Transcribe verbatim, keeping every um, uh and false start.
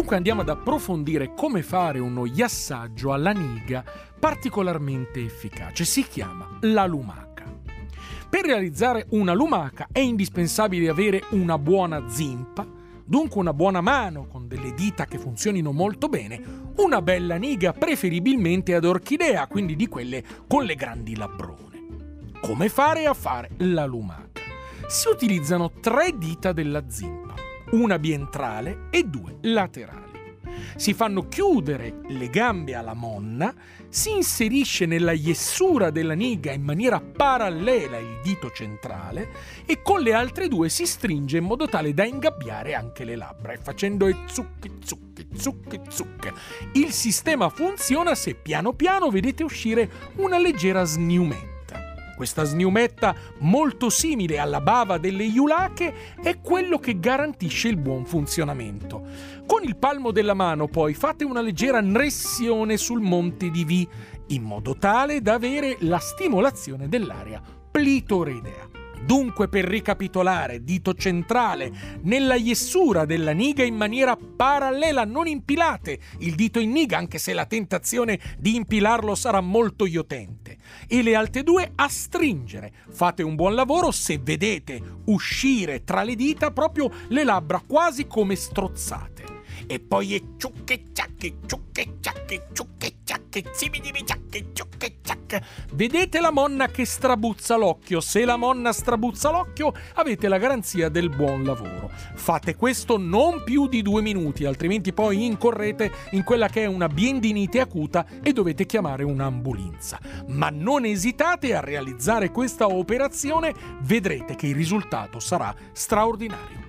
Dunque andiamo ad approfondire come fare uno iassaggio alla niga particolarmente efficace. Si chiama la lumaca. Per realizzare una lumaca è indispensabile avere una buona zimpa, dunque una buona mano con delle dita che funzionino molto bene, una bella niga preferibilmente ad orchidea, quindi di quelle con le grandi labbrone. Come fare a fare la lumaca? Si utilizzano tre dita della zimpa, una bientrale e due laterali. Si fanno chiudere le gambe alla monna, si inserisce nella iessura della niga in maniera parallela il dito centrale e con le altre due si stringe in modo tale da ingabbiare anche le labbra e facendo e zucche, zucche, zucche, zucche. Il sistema funziona se piano piano vedete uscire una leggera sniumetta. Questa sniumetta, molto simile alla bava delle iulache, è quello che garantisce il buon funzionamento. Con il palmo della mano poi fate una leggera nressione sul monte di V, in modo tale da avere la stimolazione dell'area plitoridea. Dunque, per ricapitolare, dito centrale nella iessura della niga in maniera parallela, non impilate il dito in niga, anche se la tentazione di impilarlo sarà molto iotente, e le altre due a stringere. Fate un buon lavoro se vedete uscire tra le dita proprio le labbra quasi come strozzate. E poi è ciucche ciacche, ciucche ciacche, ciucche ciacche, zibidibi ciacche, ciucche ciacche. Vedete la monna che strabuzza l'occhio? Se la monna strabuzza l'occhio, avete la garanzia del buon lavoro. Fate questo non più di due minuti, altrimenti poi incorrete in quella che è una biendinite acuta e dovete chiamare un'ambulanza. Ma non esitate a realizzare questa operazione, vedrete che il risultato sarà straordinario.